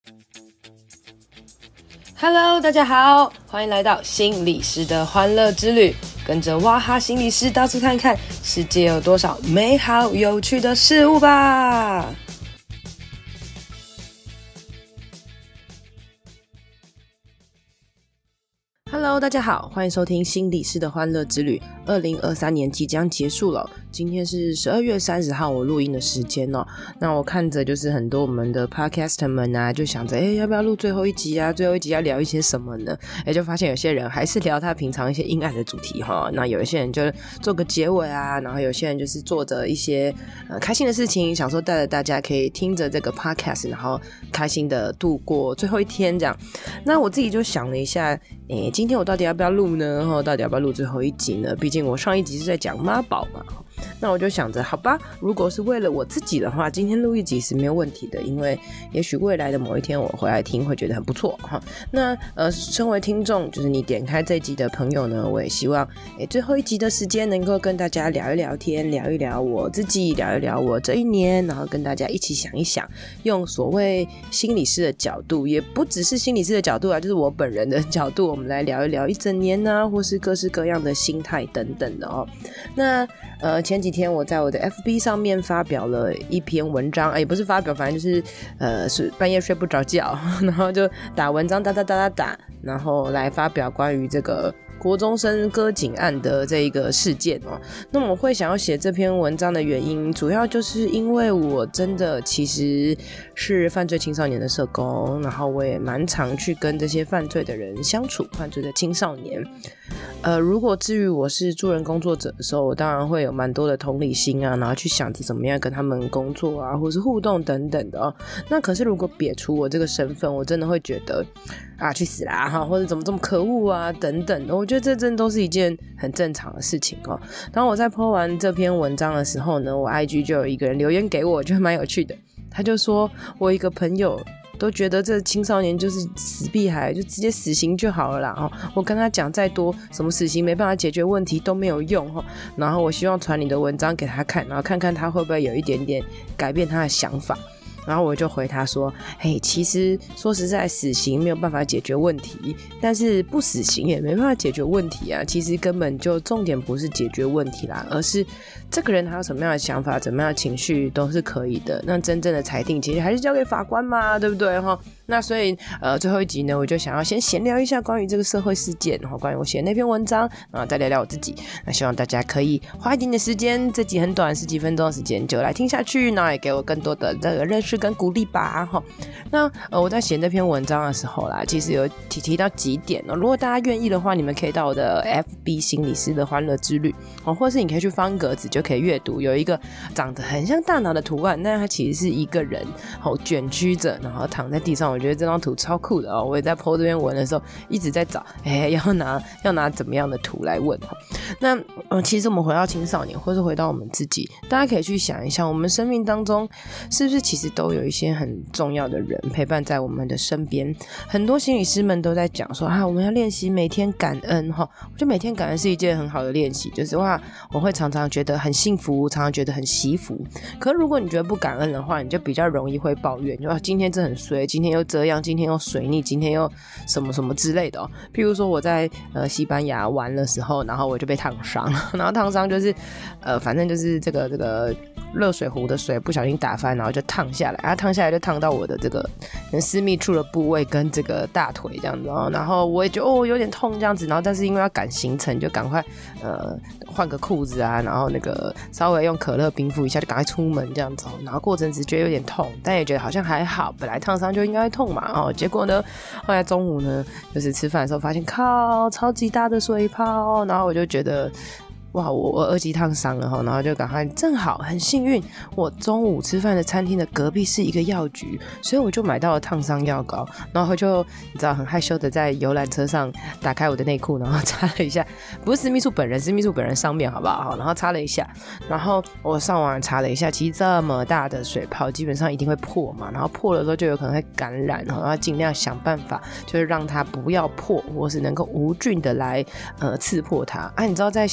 Hello， 大家好，欢迎来到心理师的欢乐之旅，跟着哇哈心理师到处看看世界有多少美好有趣的事物吧。Hello， 大家好，欢迎收听心理师的欢乐之旅。2023年即将结束了，今天是12月30号我录音的时间哦。那我看着就是很多我们的 podcaster 们啊，就想着要不要录最后一集啊？最后一集要聊一些什么呢？就发现有些人还是聊他平常一些阴暗的主题哈。那有一些人就做个结尾啊，然后有些人就是做着一些开心的事情，想说带着大家可以听着这个 podcast， 然后开心的度过最后一天这样。那我自己就想了一下，今天我到底要不要录呢？到底要不要录最后一集呢？毕竟我上一集是在讲妈宝嘛。那我就想着好吧，如果是为了我自己的话，今天录一集是没有问题的，因为也许未来的某一天我回来听会觉得很不错哈。那身为听众，就是你点开这一集的朋友呢，我也希望最后一集的时间能够跟大家聊一聊天，聊一聊我自己，聊一聊我这一年，然后跟大家一起想一想，用所谓心理师的角度，也不只是心理师的角度啊，就是我本人的角度，我们来聊一聊一整年啊，或是各式各样的心态等等的哦。那前几天我在我的 FB 上面发表了一篇文章，也不是发表，反正就是是半夜睡不着觉，然后就打文章打，然后来发表关于这个国中生割颈案的这一个事件哦。那么我会想要写这篇文章的原因，主要就是因为我真的其实是犯罪青少年的社工，然后我也蛮常去跟这些犯罪的人相处，犯罪的青少年。如果至于我是助人工作者的时候，我当然会有蛮多的同理心啊，然后去想着怎么样跟他们工作啊，或是互动等等的哦。那可是如果撇除我这个身份，我真的会觉得去死啦哈，或者怎么这么可恶啊等等的，我觉得这真的都是一件很正常的事情哦。当我在 po 完这篇文章的时候呢，我 IG 就有一个人留言给我，我觉得蛮有趣的。他就说我一个朋友都觉得这青少年就是死屁孩，就直接死刑就好了啦。我跟他讲再多什么死刑没办法解决问题都没有用。然后我希望传你的文章给他看，然后看看他会不会有一点点改变他的想法。然后我就回他说，其实说实在，死刑没有办法解决问题，但是不死刑也没办法解决问题啊。其实根本就重点不是解决问题啦，而是这个人他有什么样的想法，怎么样的情绪都是可以的。那真正的裁定其实还是交给法官嘛，对不对齁？那所以最后一集呢，我就想要先闲聊一下关于这个社会事件，然后关于我写的那篇文章，然后再聊聊我自己。那希望大家可以花一点点时间，这集很短，10几分钟的时间就来听下去，然后也给我更多的这个认识跟鼓励吧。那我在写那篇文章的时候啦，其实有提到几点哦。如果大家愿意的话，你们可以到我的 FB 心理师的欢乐之旅，或是你可以去方格子就可以阅读，有一个长得很像大脑的图案，但它其实是一个人卷曲着，然后躺在地上。我觉得这张图超酷的哦！我也在 po 这篇文的时候一直在找，要拿怎么样的图来问。那其实我们回到青少年，或是回到我们自己，大家可以去想一下，我们生命当中是不是其实都有一些很重要的人陪伴在我们的身边？很多心理师们都在讲说我们要练习每天感恩哈。我觉得每天感恩是一件很好的练习，就是我会常常觉得很幸福，常常觉得很惜福。可是如果你觉得不感恩的话，你就比较容易会抱怨，就今天真的很衰，今天又这样，今天又水逆，今天又什么什么之类的哦。譬如说我在西班牙玩的时候，然后我就被烫伤，然后烫伤就是反正就是这个热水壶的水不小心打翻，然后就烫下来，烫下来就烫到我的这个私密处的部位跟这个大腿这样子哦。然后我也觉得有点痛这样子，然后但是因为要赶行程，就赶快换个裤子啊，然后那个稍微用可乐冰敷一下，就赶快出门这样子。然后过程只觉得有点痛，但也觉得好像还好，本来烫伤就应该会痛嘛。结果呢，后来中午呢，就是吃饭的时候发现靠超级大的水泡，然后我就觉得哇，我二级烫伤了齁，然后就赶快，正好很幸运，我中午吃饭的餐厅的隔壁是一个药局，所以我就买到了烫伤药膏，然后就你知道很害羞的在游览车上打开我的内裤，然后擦了一下，不是私密处本人，私密处本人上面好不好？然后擦了一下，然后我上网查了一下，其实这么大的水泡基本上一定会破嘛，然后破了之后就有可能会感染，然后尽量想办法就是让它不要破，或是能够无菌的来刺破它。你知道在西班牙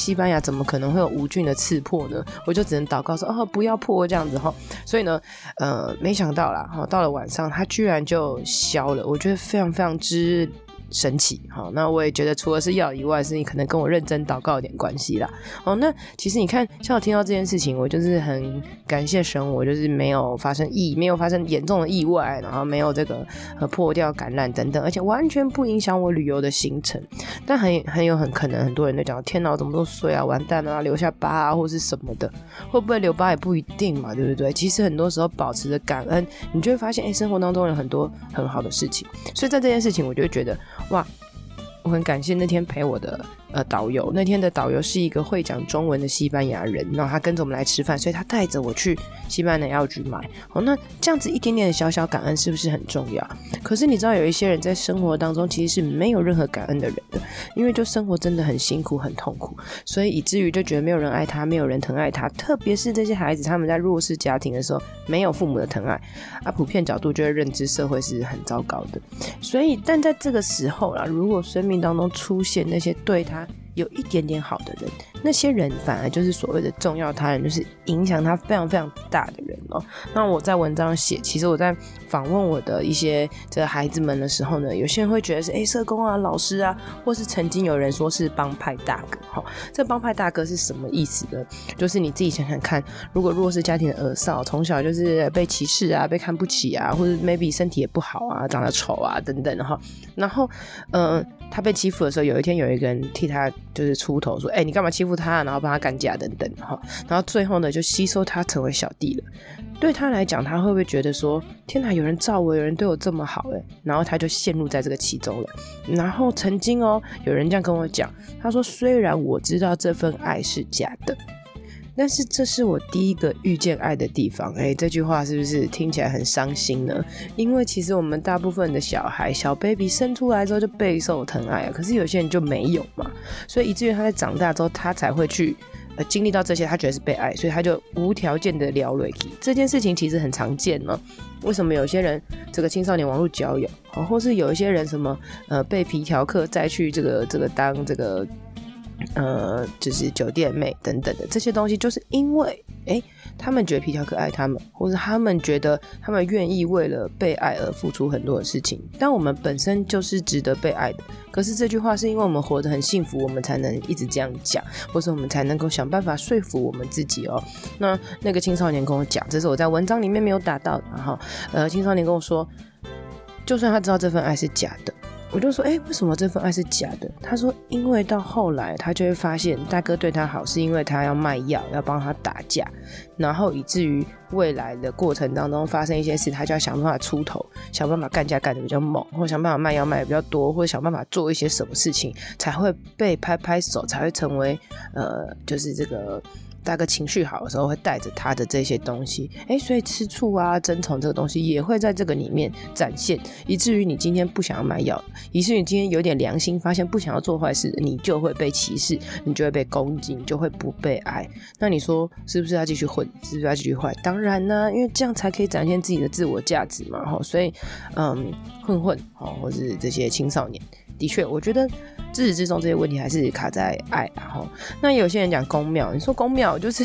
怎么可能会有无菌的刺破呢？我就只能祷告说不要破这样子。所以呢没想到啦，到了晚上它居然就消了，我觉得非常非常之神奇。好，那我也觉得除了是药以外，是你可能跟我认真祷告有点关系啦。那其实你看，像我听到这件事情，我就是很感谢神，我就是没有发生严重的意外，然后没有这个破掉感染等等，而且完全不影响我旅游的行程。但很有可能很多人都讲，天哪，我怎么都衰啊，完蛋啊，留下疤啊或是什么的，会不会留疤也不一定嘛，对不对？其实很多时候保持着感恩，你就会发现生活当中有很多很好的事情。所以在这件事情我就会觉得哇，我很感谢那天陪我的导游。那天的导游是一个会讲中文的西班牙人，然后他跟着我们来吃饭，所以他带着我去西班牙药局买。那这样子一点点的小小感恩是不是很重要？可是你知道有一些人在生活当中其实是没有任何感恩的人的，因为就生活真的很辛苦很痛苦，所以以至于就觉得没有人爱他，没有人疼爱他，特别是这些孩子他们在弱势家庭的时候没有父母的疼爱普遍角度就会认知社会是很糟糕的。所以但在这个时候啦，如果生命当中出现那些对他有一点点好的人，那些人反而就是所谓的重要他人，就是影响他非常非常大的人那我在文章写，其实我在访问我的一些这个孩子们的时候呢，有些人会觉得是社工啊、老师啊，或是曾经有人说是帮派大哥这帮派大哥是什么意思呢？就是你自己想想看，如果弱势家庭的儿少从小就是被歧视啊、被看不起啊，或者 maybe 身体也不好啊、长得丑啊等等然后他被欺负的时候，有一天有一个人替他就是出头说你干嘛欺负他然后帮他干架等等然后最后呢就吸收他成为小弟了。对他来讲，他会不会觉得说天哪，有人罩我，有人对我这么好然后他就陷入在这个其中了。然后曾经有人这样跟我讲，他说虽然我知道这份爱是假的，但是这是我第一个遇见爱的地方。这句话是不是听起来很伤心呢？因为其实我们大部分的小孩小 baby 生出来之后就备受疼爱可是有些人就没有嘛，所以以至于他在长大之后他才会去经历到这些，他觉得是被爱，所以他就无条件的聊瑞基。这件事情其实很常见为什么有些人这个青少年网络交友或是有一些人什么被皮条客再去这个当这个就是酒店妹等等的这些东西，就是因为他们觉得皮条客爱他们，或者他们觉得他们愿意为了被爱而付出很多的事情。但我们本身就是值得被爱的，可是这句话是因为我们活得很幸福，我们才能一直这样讲，或是我们才能够想办法说服我们自己那个青少年跟我讲，这是我在文章里面没有打到的青少年跟我说，就算他知道这份爱是假的，我就说为什么这份爱是假的？他说因为到后来他就会发现大哥对他好是因为他要卖药，要帮他打架，然后以至于未来的过程当中发生一些事，他就要想办法出头，想办法干架干得比较猛，或想办法卖药卖得比较多，或者想办法做一些什么事情才会被拍拍手，才会成为就是这个大哥情绪好的时候会带着他的这些东西所以吃醋啊、争宠这个东西也会在这个里面展现，以至于你今天不想要买药，以至于你今天有点良心发现不想要做坏事，你就会被歧视，你就会被攻击，你就会不被爱。那你说是不是要继续混，是不是要继续坏？当然呢因为这样才可以展现自己的自我价值嘛所以混或是这些青少年的确我觉得自始至终这些问题还是卡在爱那有些人讲公庙，你说公庙就是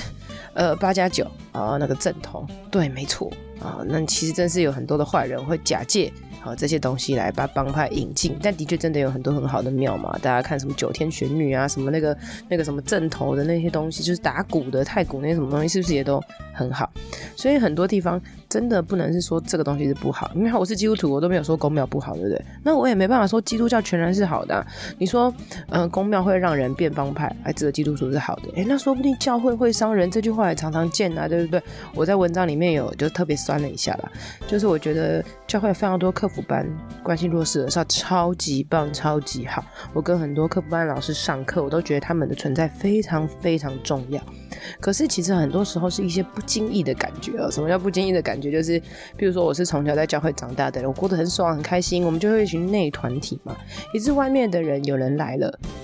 8+9那个正统，对，没错那其实真是有很多的坏人会假借这些东西来把帮派引进，但的确真的有很多很好的庙嘛，大家看什么九天玄女啊，什么那个什么正头的那些东西，就是打鼓的太鼓那些什么东西，是不是也都很好？所以很多地方真的不能是说这个东西是不好，因为我是基督徒，我都没有说公庙不好，对不对？那我也没办法说基督教全然是好的你说公庙会让人变帮派，这个基督徒是好的那说不定教会会伤人，这句话也常常见对不对？我在文章里面有就特别酸了一下啦，就是我觉得教会有非常多课辅班关心弱势的少，超级棒超级好，我跟很多课辅班老师上课，我都觉得他们的存在非常非常重要。可是其实很多时候是一些不经意的感觉什么叫不经意的感觉？就是比如说我是从小在教会长大的人，我过得很爽很开心，我们就会一群内团体嘛，以致外面的人有人来了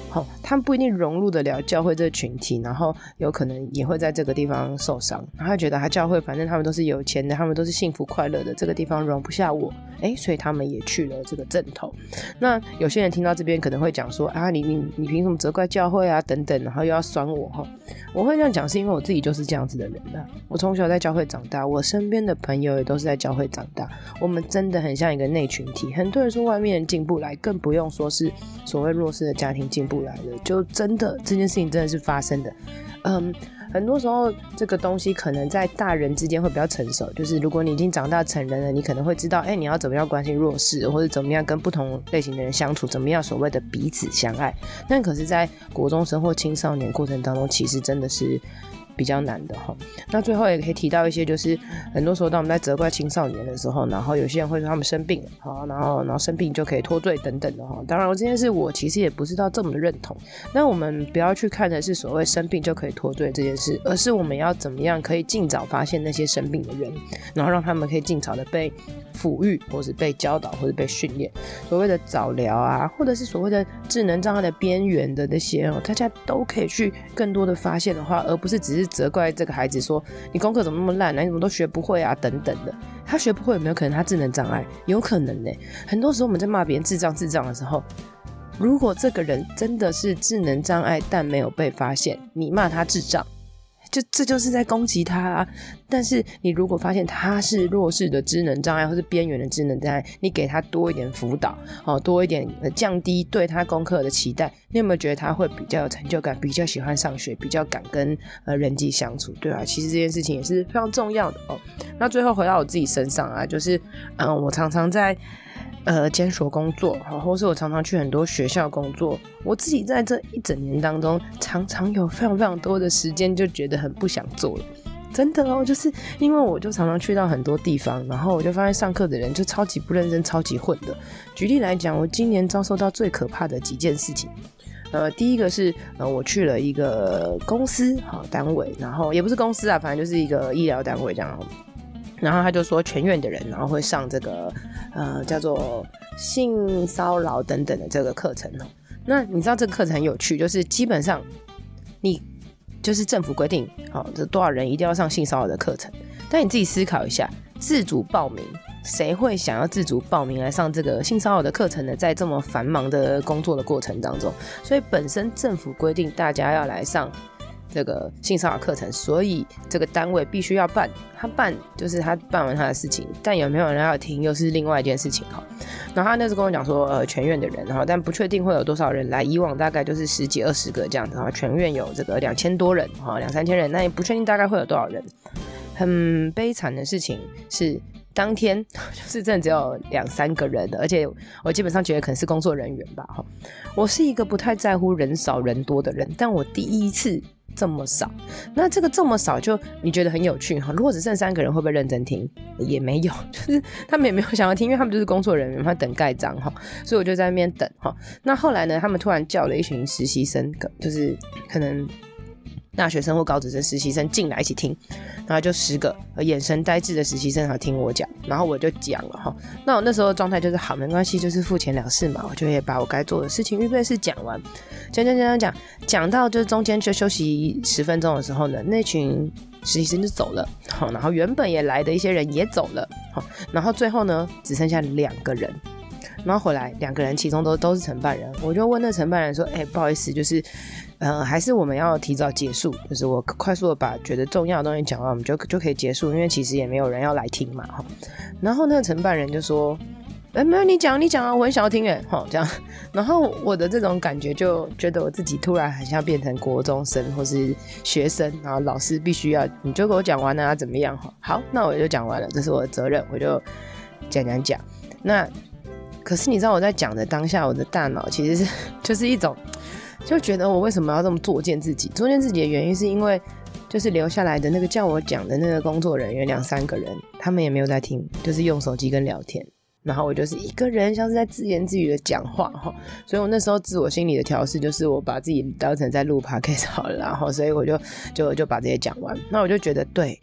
他们不一定融入得了教会这个群体，然后有可能也会在这个地方受伤。他觉得他教会反正他们都是有钱的，他们都是幸福快乐的，这个地方容不下我，所以他们也去了这个镇头。那有些人听到这边可能会讲说啊，你凭什么责怪教会啊等等，然后又要酸我。我会这样讲是因为我自己就是这样子的人啊。我从小在教会长大，我身边的朋友也都是在教会长大，我们真的很像一个内群体。很多人说外面人进不来，更不用说是所谓弱势的家庭进不来了，就真的这件事情真的是发生的。很多时候这个东西可能在大人之间会比较成熟，就是如果你已经长大成人了，你可能会知道你要怎么样关心弱势，或者怎么样跟不同类型的人相处，怎么样所谓的彼此相爱。但可是在国中生或青少年过程当中，其实真的是比较难的齁。那最后也可以提到一些，就是很多时候当我们在责怪青少年的时候，然后有些人会说他们生病了，然后生病就可以脱罪等等的齁。当然这件事我其实也不是到这么的认同。那我们不要去看的是所谓生病就可以脱罪这件事，而是我们要怎么样可以尽早发现那些生病的人，然后让他们可以尽早的被抚育，或是被教导，或是被训练。所谓的早疗啊，或者是所谓的智能障碍的边缘的那些大家都可以去更多的发现的话，而不是只是责怪这个孩子说你功课怎么那么烂，你怎么都学不会啊等等的。他学不会有没有可能他智能障碍？有可能呢。很多时候我们在骂别人智障的时候，如果这个人真的是智能障碍但没有被发现，你骂他智障，这就是在攻击他啊。但是你如果发现他是弱势的智能障碍或是边缘的智能障碍，你给他多一点辅导，多一点降低对他功课的期待，你有没有觉得他会比较有成就感，比较喜欢上学，比较敢跟人际相处？对啊，其实这件事情也是非常重要的那最后回到我自己身上啊，就是我常常在监所工作，或是我常常去很多学校工作，我自己在这一整年当中常常有非常非常多的时间就觉得很不想做了，真的就是因为我就常常去到很多地方，然后我就发现上课的人就超级不认真，超级混的。举例来讲，我今年遭受到最可怕的几件事情。第一个是我去了一个公司单位，然后也不是公司啊，反正就是一个医疗单位这样。然后他就说全院的人然后会上这个叫做性骚扰等等的这个课程那你知道这个课程很有趣，就是基本上你就是政府规定这多少人一定要上性骚扰的课程，但你自己思考一下，自主报名，谁会想要自主报名来上这个性骚扰的课程呢？在这么繁忙的工作的过程当中，所以本身政府规定大家要来上这个性骚扰课程，所以这个单位必须要办，他办就是他办完他的事情，但有没有人要听又是另外一件事情然后他那时候跟我讲说全院的人但不确定会有多少人来，以往大概就是10几20个这样子全院有这个2000多人2-3千人，那也不确定大概会有多少人。很悲惨的事情是当天就是真的只有2-3个人的，而且我基本上觉得可能是工作人员吧我是一个不太在乎人少人多的人，但我第一次这么少，那这个这么少就你觉得很有趣如果只剩3个人会不会认真听？也没有，就是他们也没有想要听，因为他们就是工作人员，他等盖章所以我就在那边等那后来呢，他们突然叫了一群实习生，就是可能大学生或高职生实习生进来一起听，然后就10个眼神呆滞的实习生听我讲，然后我就讲了那我那时候的状态就是好，没关系，就是付钱了事嘛，我就会把我该做的事情预备事讲完，讲到就是中间就休息10分钟的时候呢，那群实习生就走了然后原本也来的一些人也走了然后最后呢只剩下2个人，然后回来2个人其中都是承办人，我就问那承办人说不好意思，就是还是我们要提早结束，就是我快速的把觉得重要的东西讲完，我们就可以结束，因为其实也没有人要来听嘛然后那个承办人就说没有，你讲啊，我很想要听这样。然后我的这种感觉就觉得我自己突然很像变成国中生或是学生，然后老师必须要你就给我讲完啊怎么样好，那我就讲完了，这是我的责任，我就讲那可是你知道我在讲的当下，我的大脑其实是就是一种就觉得我为什么要这么作践自己的原因是因为就是留下来的那个叫我讲的那个工作人员2-3个人，他们也没有在听，就是用手机跟聊天，然后我就是一个人像是在自言自语的讲话所以我那时候自我心理的调试就是我把自己当成在录 podcast 好了，然后所以我就把这些讲完，那我就觉得对，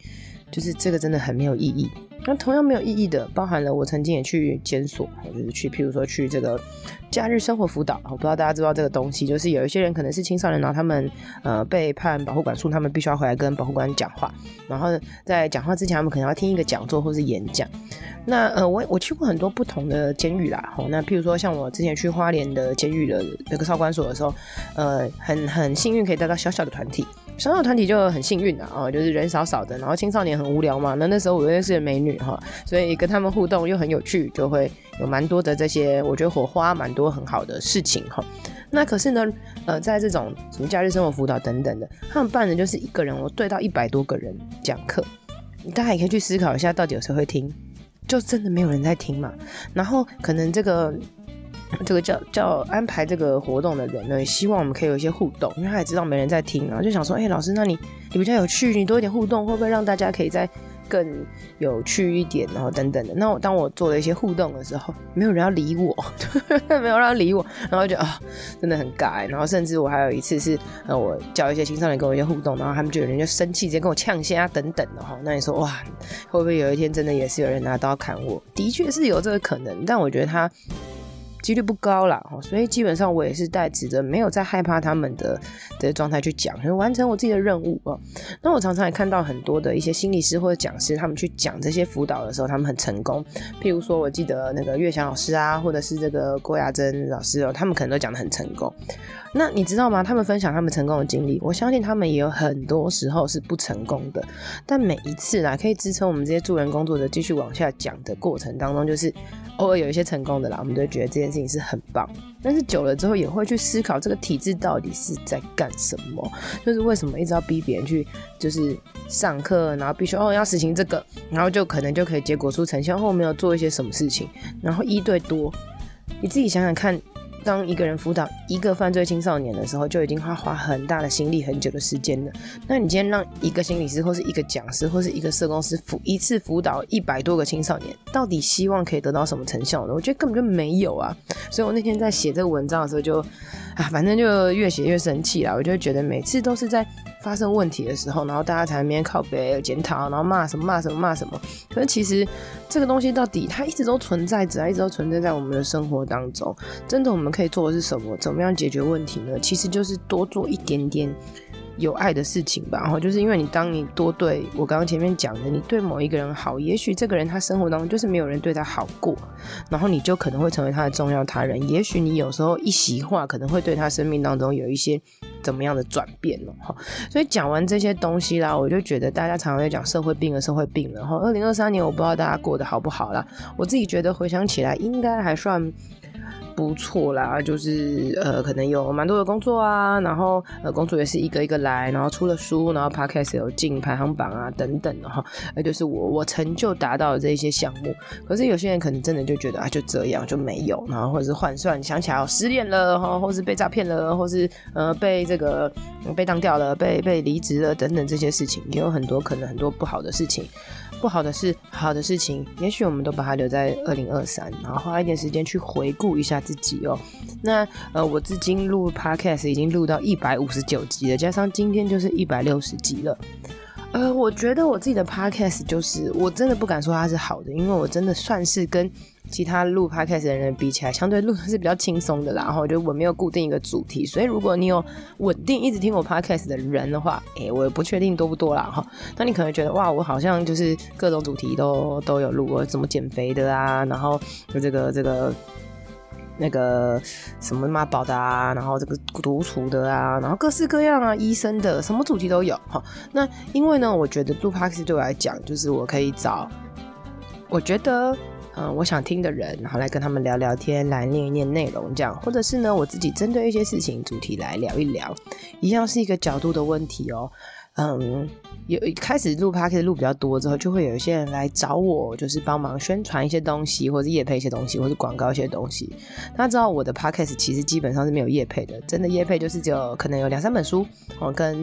就是这个真的很没有意义。那同样没有意义的包含了我曾经也去监所，就是譬如说去这个假日生活辅导，我不知道大家知道这个东西，就是有一些人可能是青少年，然后他们被判保护管束，他们必须要回来跟保护官讲话，然后在讲话之前他们可能要听一个讲座或是演讲。那我去过很多不同的监狱啦，那譬如说像我之前去花莲的监狱的那个少管所的时候，很幸运可以带到小小的团体，小小的团体就很幸运啦，就是人少少的，然后青少年很无聊嘛，那时候我认识的美女所以跟他们互动又很有趣，就会有蛮多的这些我觉得火花蛮多很好的事情那可是呢在这种什么假日生活辅导等等的，他们办的就是一个人我对到100多个人讲课，大家也可以去思考一下到底有谁会听，就真的没有人在听嘛。然后可能这个叫安排这个活动的人呢，也希望我们可以有一些互动，因为他也知道没人在听，然后就想说老师那你比较有趣，你多一点互动会不会让大家可以再更有趣一点，然后等等的。那当我做了一些互动的时候，没有人要理我没有人要理我，然后就真的很尬。然后甚至我还有一次是我叫一些青少年跟我一些互动，然后他们就有人就生气直接跟我呛虾等等的那你说哇，会不会有一天真的也是有人拿刀砍我？的确是有这个可能，但我觉得他几率不高啦，所以基本上我也是带着没有在害怕他们的状态去讲，完成我自己的任务那我常常也看到很多的一些心理师或者讲师，他们去讲这些辅导的时候他们很成功，譬如说我记得那个岳翔老师啊，或者是这个郭雅珍老师他们可能都讲得很成功。那你知道吗？他们分享他们成功的经历，我相信他们也有很多时候是不成功的，但每一次啦可以支撑我们这些助人工作者继续往下讲的过程当中，就是偶尔有一些成功的啦，我们都会觉得这件事情是很棒，但是久了之后也会去思考这个体制到底是在干什么，就是为什么一直要逼别人去就是上课，然后必须要实行这个，然后就可能就可以结果出成效，后没有做一些什么事情，然后一对多，你自己想想看，当一个人辅导一个犯罪青少年的时候，就已经花很大的心力很久的时间了。那你今天让一个心理师或是一个讲师或是一个社工师一次辅导100多个青少年，到底希望可以得到什么成效呢？我觉得根本就没有啊。所以我那天在写这个文章的时候就反正就越写越生气啦。我就觉得每次都是在发生问题的时候，然后大家才在那边靠北检讨，然后骂什么，可是其实这个东西到底它一直都存在着，一直都存在在我们的生活当中。真的我们可以做的是什么？怎么样解决问题呢？其实就是多做一点点有爱的事情吧。然后就是因为当你多对我刚刚前面讲的，你对某一个人好，也许这个人他生活当中就是没有人对他好过，然后你就可能会成为他的重要他人。也许你有时候一席话可能会对他生命当中有一些怎么样的转变所以讲完这些东西啦，我就觉得大家常常在讲社会病了2023年我不知道大家过得好不好啦，我自己觉得回想起来应该还算不错啦，就是可能有蛮多的工作啊，然后工作也是一个一个来，然后出了书，然后 podcast 有进排行榜啊等等的就是我成就达到的这一些项目。可是有些人可能真的就觉得就这样就没有，然后或者是换算想起来失恋了或是被诈骗了，或是被这个被当掉了，被离职了等等这些事情，也有很多可能很多不好的事情。不好的事好的事情，也许我们都把它留在2023，然后花一点时间去回顾一下自己那我至今录 podcast 已经录到159集了，加上今天就是160集了。我觉得我自己的 podcast 就是我真的不敢说它是好的，因为我真的算是跟其他录 podcast 的人比起来，相对录的是比较轻松的啦。然后就我没有固定一个主题，所以如果你有稳定一直听我 podcast 的人的话，我也不确定多不多啦那你可能觉得哇，我好像就是各种主题都有录，我怎么减肥的啊，然后这个那个什么妈宝的啊，然后这个独处的啊，然后各式各样啊，医生的什么主题都有那因为呢，我觉得录 podcast 对我来讲，就是我可以找我觉得我想听的人，然后来跟他们聊聊天，来念一念内容这样，或者是呢我自己针对一些事情主题来聊一聊，一样是一个角度的问题有开始录 podcast 录比较多之后，就会有一些人来找我，就是帮忙宣传一些东西，或是业配一些东西，或是广告一些东西。大家知道我的 podcast 其实基本上是没有业配的，真的业配就是只有可能有2-3本书跟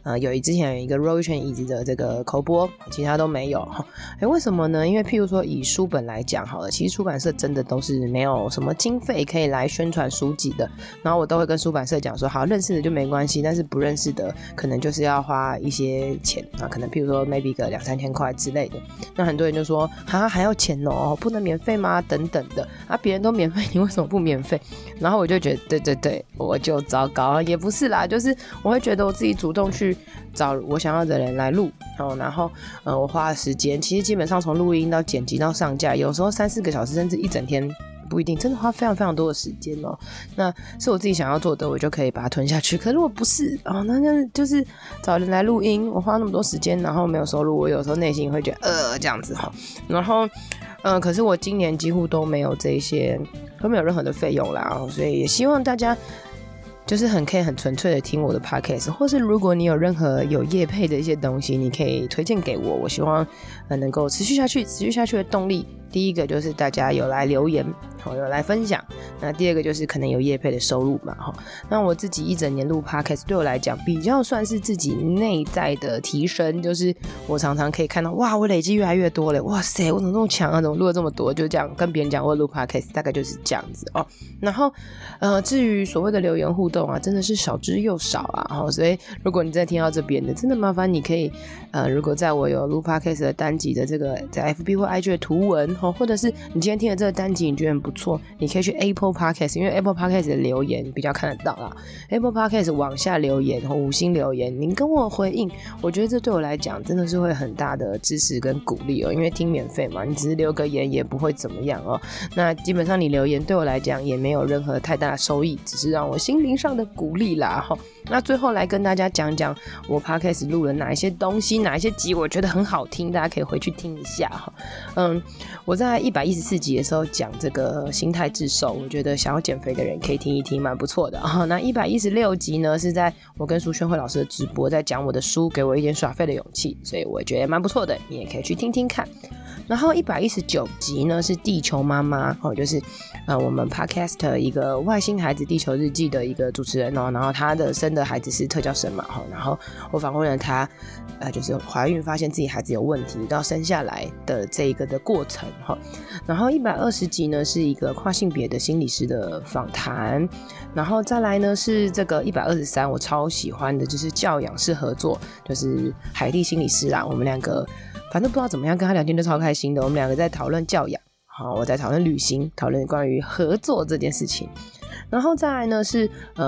之前有一个肉一拳椅子的这个口播，其他都没有。为什么呢？因为譬如说以书本来讲好了，其实出版社真的都是没有什么经费可以来宣传书籍的，然后我都会跟出版社讲说，好，认识的就没关系，但是不认识的可能就是要花一些钱啊，可能譬如说 maybe 个2-3千块之类的。那很多人就说还要钱哦，不能免费吗？等等的啊，别人都免费，你为什么不免费？然后我就觉得对，我就糟糕，也不是啦，就是我会觉得我自己主动去找我想要的人来录，然后我花的时间，其实基本上从录音到剪辑到上架，有时候3-4个小时，甚至一整天。不一定，真的花非常非常多的时间哦。那是我自己想要做的，我就可以把它吞下去。可是如果不是那就是找人来录音，我花那么多时间，然后没有收入，我有时候内心会觉得这样子哈。然后可是我今年几乎都没有这些，都没有任何的费用啦，所以也希望大家就是可以很纯粹的听我的 podcast， 或是如果你有任何有业配的一些东西，你可以推荐给我，我希望能够持续下去的动力。第一个就是大家有来留言，有来分享，那第二个就是可能有业配的收入嘛。那我自己一整年录 podcast 对我来讲比较算是自己内在的提升，就是我常常可以看到哇，我累积越来越多了，哇塞，我怎么这么强啊，怎么录了这么多，就这样跟别人讲我录 podcast 大概就是这样子哦。然后至于所谓的留言互动啊，真的是少之又少啊，所以如果你真的听到这边的，真的麻烦你可以如果在我有录 podcast 的单集的这个在 FB 或 IG 的图文，或者是你今天听了这个单集你觉得很不错，你可以去 Apple Podcast， 因为 Apple Podcast 的留言比较看得到啦， Apple Podcast 往下留言5星留言，您跟我回应，我觉得这对我来讲真的是会很大的支持跟鼓励哦，因为听免费嘛，你只是留个言也不会怎么样哦。那基本上你留言对我来讲也没有任何太大的收益，只是让我心灵上的鼓励啦。那最后来跟大家讲讲我 Podcast 录了哪一些东西，哪一些集我觉得很好听，大家可以回去听一下。我在114集的时候讲这个心态致瘦，我觉得想要减肥的人可以听一听，蛮不错的。那116集呢是在我跟苏宣慧老师的直播，在讲我的书给我一点耍废的勇气，所以我觉得蛮不错的，你也可以去听听看。然后119集呢是地球妈妈，就是我们 podcast 一个外星孩子地球日记的一个主持人然后她的生的孩子是特教生嘛，然后我访问了她就是怀孕发现自己孩子有问题到生下来的这一个的过程。然后120集呢是一个跨性别的心理师的访谈，然后再来呢是这个123我超喜欢的，就是教养式合作，就是海蒂心理师啊，我们两个反正不知道怎么样跟他聊天都超开心的，我们两个在讨论教养，我在讨论旅行，讨论关于合作这件事情。然后再来呢是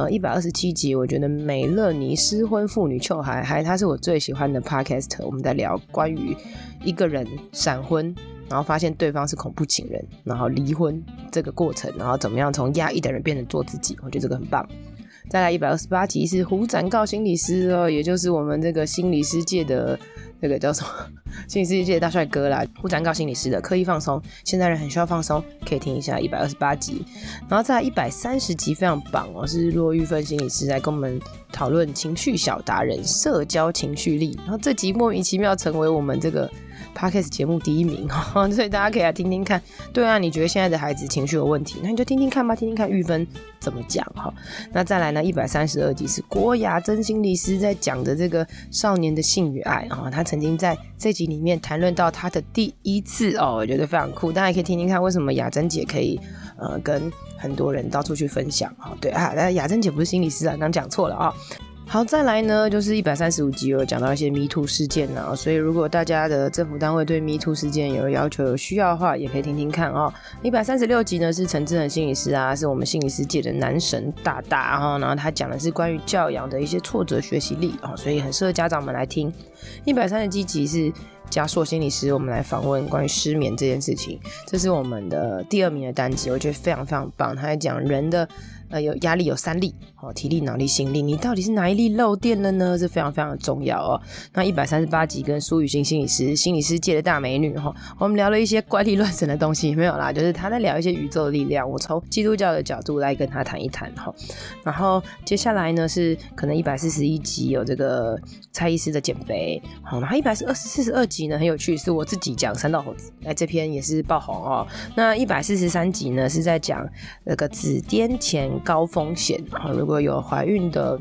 127集，我觉得美乐妮失婚妇女糗孩，他是我最喜欢的 podcast， 我们在聊关于一个人闪婚，然后发现对方是恐怖情人，然后离婚这个过程，然后怎么样从压抑的人变成做自己，我觉得这个很棒。再来128集是胡展诰心理师也就是我们这个心理师界的这个叫什么心理师界的大帅哥啦，胡展诰心理师的刻意放松，现代人很需要放松，可以听一下128集。然后再来130集非常棒是骆玉芬心理师来跟我们讨论情绪小达人社交情绪力，然后这集莫名其妙成为我们这个Podcast 节目第1名所以大家可以来听听看。对啊，你觉得现在的孩子情绪有问题，那你就听听看吧，听听看玉芬怎么讲那再来呢132集是郭雅珍心理师在讲的这个少年的性与爱他曾经在这集里面谈论到他的第1次我觉得非常酷，大家也可以听听看为什么雅珍姐可以跟很多人到处去分享对啊，雅珍姐不是心理师刚讲错了好，再来呢就是135集有讲到一些 Me Too 事件所以如果大家的政府单位对 Me Too 事件有要求有需要的话，也可以听听看136集呢是陈志恒心理师是我们心理师界的男神大大然后他讲的是关于教养的一些挫折学习力所以很适合家长们来听。137集是嘉硕心理师，我们来访问关于失眠这件事情，这是我们的第2名的单集，我觉得非常非常棒。他在讲人的有压力有3力体力脑力心力，你到底是哪一力漏电了呢？这非常非常的重要那138集跟苏雨欣心理师界的大美女我们聊了一些怪力乱神的东西，没有啦，就是他在聊一些宇宙的力量，我从基督教的角度来跟他谈一谈然后接下来呢是可能141集有这个蔡医师的减肥然后142集呢很有趣，是我自己讲三道猴子这篇也是爆红那143集呢是在讲那个子癫前高风险如果有怀孕的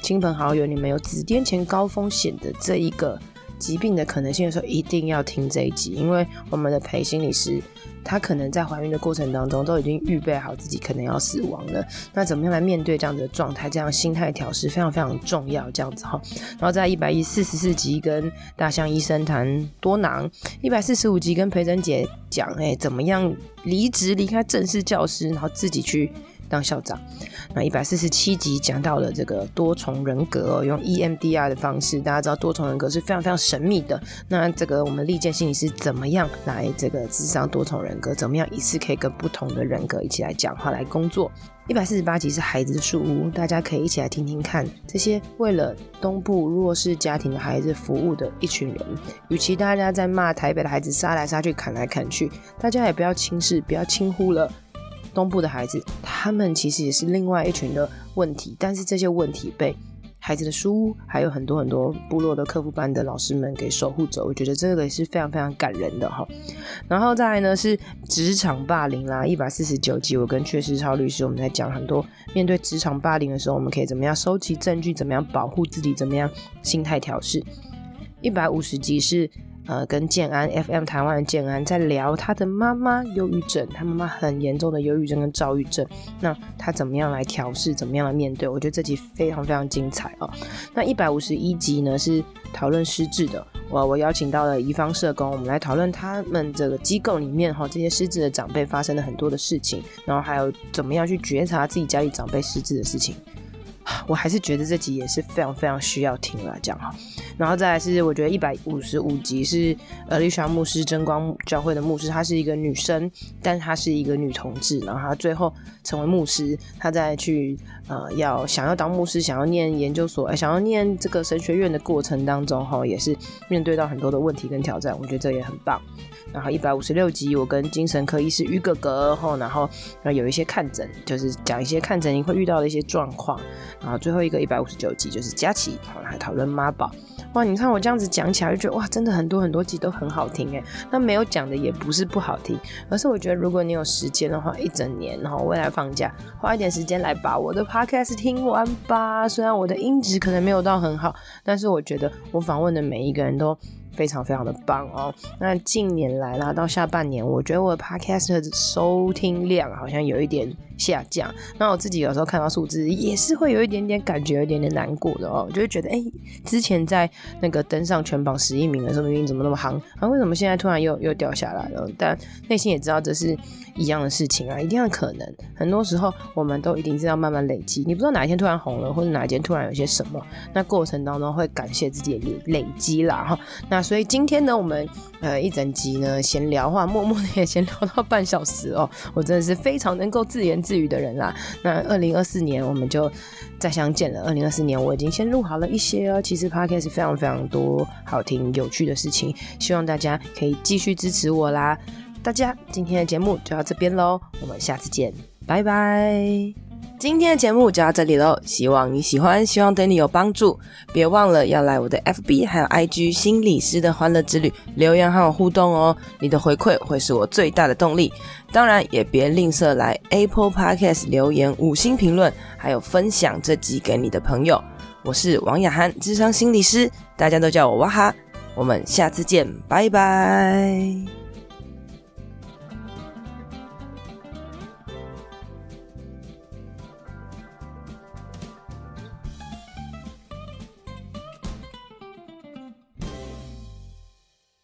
亲朋好友你们有子癫前高风险的这一个疾病的可能性的时候，一定要听这一集，因为我们的陪心理师他可能在怀孕的过程当中都已经预备好自己可能要死亡了，那怎么样来面对这样的状态，这样心态调试非常非常重要这样子。然后在144集跟大象医生谈多囊，145集跟培珍姐讲怎么样离开正式教师，然后自己去当校长。那147集讲到了这个多重人格用 EMDR 的方式，大家知道多重人格是非常非常神秘的，那这个我们利剑心理师怎么样来这个咨商多重人格，怎么样一次可以跟不同的人格一起来讲话来工作。148集是孩子的树屋，大家可以一起来听听看这些为了东部弱势家庭的孩子服务的一群人，与其大家在骂台北的孩子杀来杀去砍来砍去，大家也不要轻视不要轻忽了东部的孩子，他们其实也是另外一群的问题，但是这些问题被孩子的书屋还有很多很多部落的课辅班的老师们给守护着，我觉得这个也是非常非常感人的齁。然后再来呢是职场霸凌啦，149集我跟阙世超律师我们在讲很多面对职场霸凌的时候，我们可以怎么样收集证据，怎么样保护自己，怎么样心态调试。150集是跟建安 FM 台湾的建安在聊他的妈妈忧郁症，他妈妈很严重的忧郁症跟躁郁症，那他怎么样来调试，怎么样来面对，我觉得这集非常非常精彩哦。那151集呢是讨论失智的，我邀请到了宜芳社工，我们来讨论他们这个机构里面这些失智的长辈发生了很多的事情，然后还有怎么样去觉察自己家里长辈失智的事情。我还是觉得这集也是非常非常需要听啦，这样哈。然后再来是我觉得155集是丽莎牧师真光教会的牧师，她是一个女生，但她是一个女同志，然后她最后成为牧师，她在去想要当牧师，想要念研究所，想要念这个神学院的过程当中也是面对到很多的问题跟挑战，我觉得这也很棒。然后156集我跟精神科医师于哥哥然后有一些看诊，就是讲一些看诊你会遇到的一些状况。然后最后一个159集就是佳琪来讨论妈宝。哇，你看我这样子讲起来就觉得哇，真的很多很多集都很好听耶。那没有讲的也不是不好听，而是我觉得如果你有时间的话，一整年然后未来放假花一点时间来把我的 podcast 听完吧。虽然我的音质可能没有到很好，但是我觉得我访问的每一个人都非常非常的棒哦。那近年来啦，到下半年我觉得我的 podcast 的收听量好像有一点下降，那我自己有时候看到数字也是会有一点点感觉，有一点点难过的哦。我就会觉得之前在那个登上全榜11名的时候明明怎么那么夯为什么现在突然又掉下来了？但内心也知道这是一样的事情啊，一定要可能。很多时候我们都一定是要慢慢累积，你不知道哪一天突然红了，或者哪一天突然有些什么，那过程当中会感谢自己的累积啦。那所以今天呢，我们一整集呢闲聊话，默默的也闲聊到半小时哦。我真的是非常能够自言自语的人啦。那2024年我们就再相见了。2024年我已经先录好了一些其实 podcast 非常非常多好听有趣的事情，希望大家可以继续支持我啦。大家今天的节目就到这边咯，我们下次见，拜拜。今天的节目就到这里咯，希望你喜欢，希望对你有帮助。别忘了要来我的 FB 还有 IG 心理师的欢乐之旅留言和我互动哦，你的回馈会是我最大的动力。当然也别吝啬来 Apple Podcast 留言5星评论，还有分享这集给你的朋友。我是王雅涵，諮商心理师，大家都叫我哇哈。我们下次见，拜拜。